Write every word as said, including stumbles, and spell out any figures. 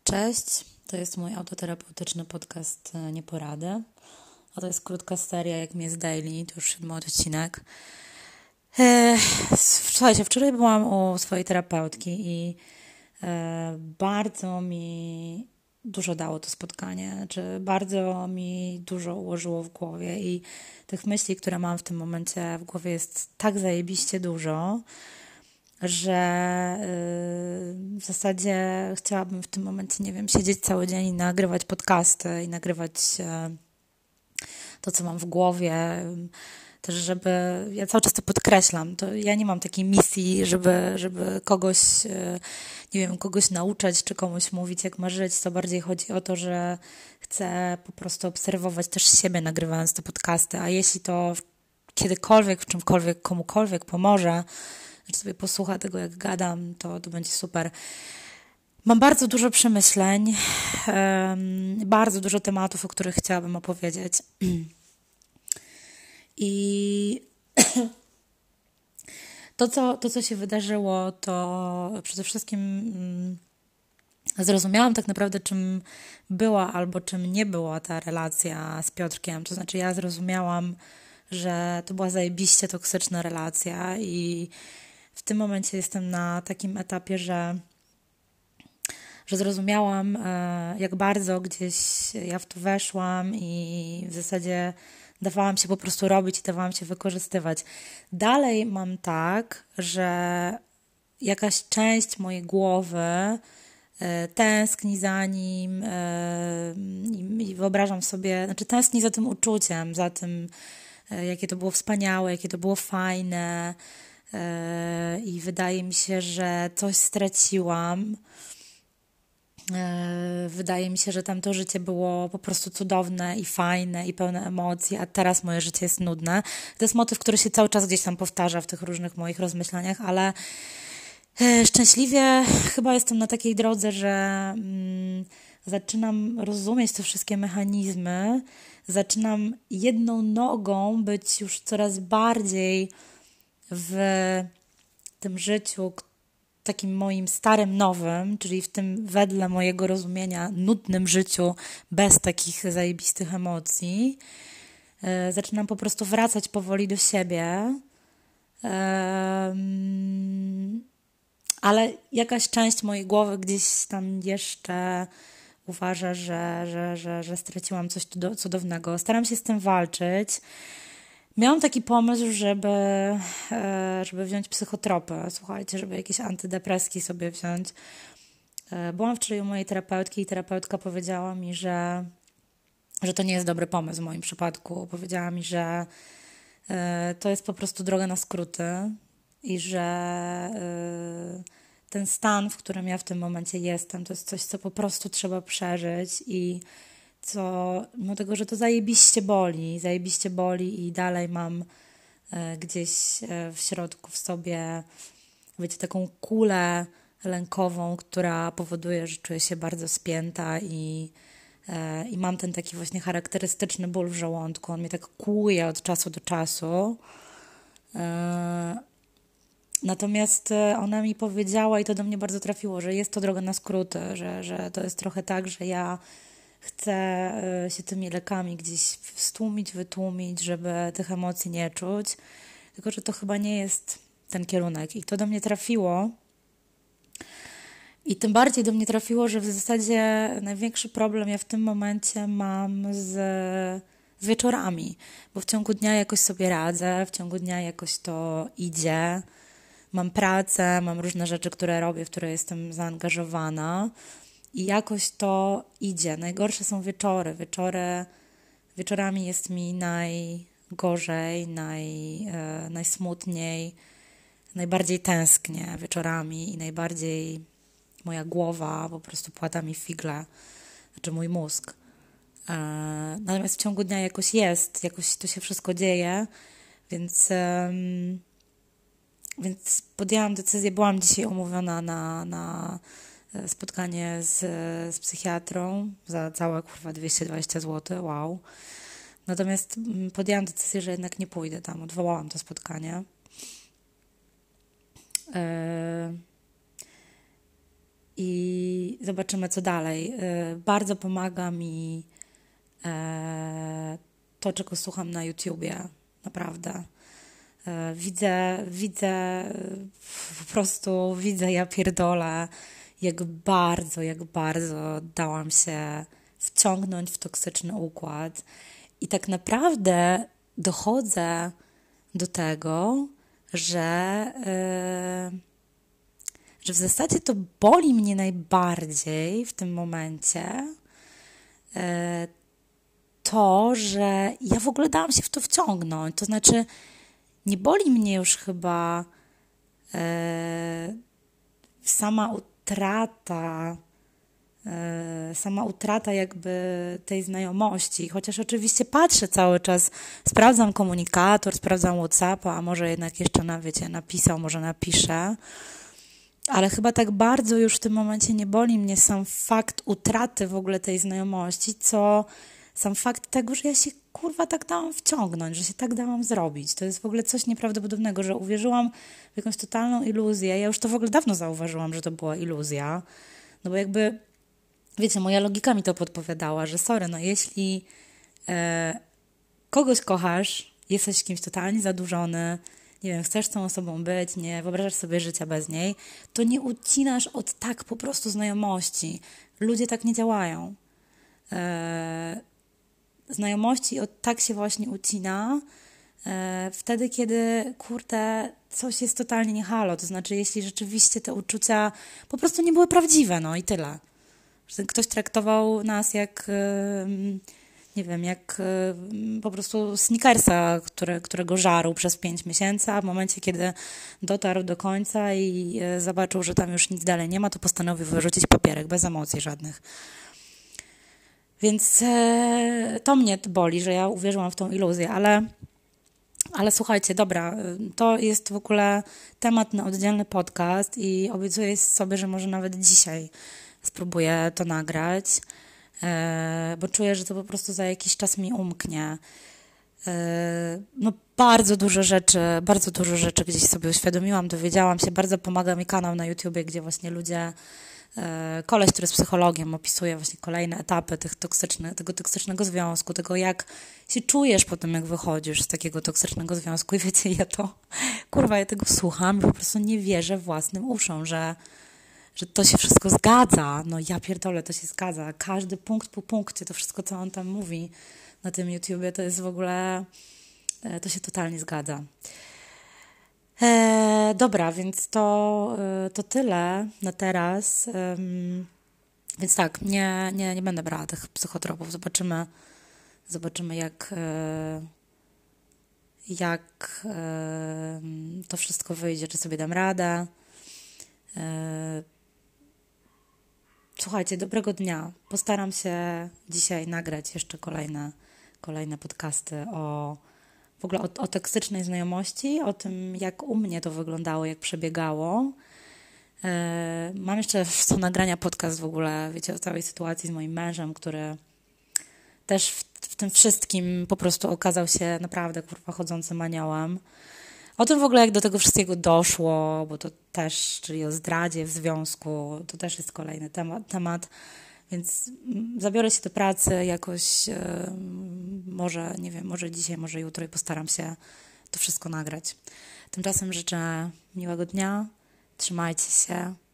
Cześć, to jest mój autoterapeutyczny podcast Nieporady, a to jest krótka seria, jak mi jest daily, to już siódmy odcinek. Eee, słuchajcie, wczoraj byłam u swojej terapeutki i e, bardzo mi dużo dało to spotkanie, znaczy bardzo mi dużo ułożyło w głowie i tych myśli, które mam w tym momencie w głowie jest tak zajebiście dużo, że yy, w zasadzie chciałabym w tym momencie, nie wiem, siedzieć cały dzień i nagrywać podcasty i nagrywać yy, to, co mam w głowie. Też, żeby, ja cały czas to podkreślam, to ja nie mam takiej misji, żeby, żeby kogoś, yy, nie wiem, kogoś nauczać, czy komuś mówić, jak ma żyć. To bardziej chodzi o to, że chcę po prostu obserwować też siebie, nagrywając te podcasty, a jeśli to kiedykolwiek, w czymkolwiek, komukolwiek pomoże, że sobie posłucha tego, jak gadam, to, to będzie super. Mam bardzo dużo przemyśleń, um, bardzo dużo tematów, o których chciałabym opowiedzieć. I to co, to, co się wydarzyło, to przede wszystkim um, zrozumiałam tak naprawdę, czym była albo czym nie była ta relacja z Piotrkiem. To znaczy ja zrozumiałam, że to była zajebiście toksyczna relacja i w tym momencie jestem na takim etapie, że, że zrozumiałam, jak bardzo gdzieś ja w to weszłam i w zasadzie dawałam się po prostu robić i dawałam się wykorzystywać. Dalej mam tak, że jakaś część mojej głowy tęskni za nim i wyobrażam sobie, znaczy tęskni za tym uczuciem, za tym, jakie to było wspaniałe, jakie to było fajne, i wydaje mi się, że coś straciłam. Wydaje mi się, że tamto życie było po prostu cudowne i fajne i pełne emocji, a teraz moje życie jest nudne. To jest motyw, który się cały czas gdzieś tam powtarza w tych różnych moich rozmyślaniach, ale szczęśliwie chyba jestem na takiej drodze, że mm, zaczynam rozumieć te wszystkie mechanizmy, zaczynam jedną nogą być już coraz bardziej w tym życiu takim moim starym, nowym, czyli w tym wedle mojego rozumienia nudnym życiu bez takich zajebistych emocji. E, zaczynam po prostu wracać powoli do siebie. E, ale jakaś część mojej głowy gdzieś tam jeszcze uważa, że, że, że, że straciłam coś cudownego. Staram się z tym walczyć. Miałam taki pomysł, żeby, żeby wziąć psychotropy, słuchajcie, żeby jakieś antydepreski sobie wziąć. Byłam wczoraj u mojej terapeutki i terapeutka powiedziała mi, że, że to nie jest dobry pomysł w moim przypadku. Powiedziała mi, że to jest po prostu droga na skróty i że ten stan, w którym ja w tym momencie jestem, to jest coś, co po prostu trzeba przeżyć i co, mimo tego, że to zajebiście boli, zajebiście boli i dalej mam e, gdzieś e, w środku w sobie, wiecie, taką kulę lękową, która powoduje, że czuję się bardzo spięta i, e, i mam ten taki właśnie charakterystyczny ból w żołądku. On mnie tak kłuje od czasu do czasu. E, natomiast ona mi powiedziała, i to do mnie bardzo trafiło, że jest to droga na skróty, że, że to jest trochę tak, że ja chcę się tymi lekami gdzieś stłumić, wytłumić, żeby tych emocji nie czuć. Tylko że to chyba nie jest ten kierunek. I to do mnie trafiło. I tym bardziej do mnie trafiło, że w zasadzie największy problem ja w tym momencie mam z, z wieczorami. Bo w ciągu dnia jakoś sobie radzę, w ciągu dnia jakoś to idzie. Mam pracę, mam różne rzeczy, które robię, w które jestem zaangażowana. I jakoś to idzie. Najgorsze są wieczory. Wieczory wieczorami jest mi najgorzej, naj, e, najsmutniej, najbardziej tęsknię wieczorami i najbardziej moja głowa po prostu płata mi figle, znaczy mój mózg. E, natomiast w ciągu dnia jakoś jest, jakoś to się wszystko dzieje, więc, e, więc podjęłam decyzję, byłam dzisiaj umówiona na, na spotkanie z, z psychiatrą za całe kurwa dwieście dwadzieścia złotych, wow. Natomiast podjęłam decyzję, że jednak nie pójdę tam, odwołałam to spotkanie. Yy, I i zobaczymy, co dalej. Bardzo pomaga mi to, czego słucham na YouTubie, naprawdę. Widzę, widzę, po prostu widzę, ja pierdolę, jak bardzo, jak bardzo dałam się wciągnąć w toksyczny układ. I tak naprawdę dochodzę do tego, że, yy, że w zasadzie to boli mnie najbardziej w tym momencie yy, to, że ja w ogóle dałam się w to wciągnąć. To znaczy, nie boli mnie już chyba yy, sama utrata, yy, sama utrata jakby tej znajomości, chociaż oczywiście patrzę cały czas, sprawdzam komunikator, sprawdzam WhatsAppa, a może jednak jeszcze na, wiecie, napisał, może napiszę, ale chyba tak bardzo już w tym momencie nie boli mnie sam fakt utraty w ogóle tej znajomości, co sam fakt tego, że ja się kurwa tak dałam wciągnąć, że się tak dałam zrobić. To jest w ogóle coś nieprawdopodobnego, że uwierzyłam w jakąś totalną iluzję. Ja już to w ogóle dawno zauważyłam, że to była iluzja. No bo jakby, wiecie, moja logika mi to podpowiadała, że sorry, no jeśli e, kogoś kochasz, jesteś kimś totalnie zadłużony, nie wiem, chcesz z tą osobą być, nie wyobrażasz sobie życia bez niej, to nie ucinasz od tak po prostu znajomości. Ludzie tak nie działają. E, Znajomości od tak się właśnie ucina e, wtedy, kiedy, kurde, coś jest totalnie nie halo. To znaczy, jeśli rzeczywiście te uczucia po prostu nie były prawdziwe, no i tyle. Że ktoś traktował nas jak, e, nie wiem, jak e, po prostu Snickersa, które, którego żarł przez pięć miesięcy, a w momencie, kiedy dotarł do końca i e, zobaczył, że tam już nic dalej nie ma, to postanowił wyrzucić papierek bez emocji żadnych. Więc e, to mnie boli, że ja uwierzyłam w tą iluzję, ale, ale słuchajcie, dobra, to jest w ogóle temat na oddzielny podcast i obiecuję sobie, że może nawet dzisiaj spróbuję to nagrać, e, bo czuję, że to po prostu za jakiś czas mi umknie. E, no bardzo dużo rzeczy, bardzo dużo rzeczy gdzieś sobie uświadomiłam, dowiedziałam się, bardzo pomaga mi kanał na YouTubie, gdzie właśnie ludzie koleś, który jest psychologiem, opisuje właśnie kolejne etapy tych toksycznych, tego toksycznego związku, tego jak się czujesz po tym, jak wychodzisz z takiego toksycznego związku i wiecie, ja to, kurwa, ja tego słucham i po prostu nie wierzę własnym uszom, że, że to się wszystko zgadza. No ja pierdolę, to się zgadza. Każdy punkt po punkcie, to wszystko, co on tam mówi na tym YouTubie, to jest w ogóle, to się totalnie zgadza. E, dobra, więc to, to tyle na teraz. Um, więc tak, nie, nie, nie będę brała tych psychotropów. Zobaczymy, zobaczymy jak, jak to wszystko wyjdzie, czy sobie dam radę. E, słuchajcie, dobrego dnia. Postaram się dzisiaj nagrać jeszcze kolejne, kolejne podcasty o w ogóle o, o toksycznej znajomości, o tym, jak u mnie to wyglądało, jak przebiegało. Yy, mam jeszcze do nagrania podcast w ogóle, wiecie, o całej sytuacji z moim mężem, który też w, w tym wszystkim po prostu okazał się naprawdę, kurwa, chodzącym aniołem. O tym w ogóle, jak do tego wszystkiego doszło, bo to też, czyli o zdradzie w związku, to też jest kolejny temat, temat. Więc zabiorę się do pracy jakoś, yy, może, nie wiem, może dzisiaj, może jutro i postaram się to wszystko nagrać. Tymczasem życzę miłego dnia, trzymajcie się.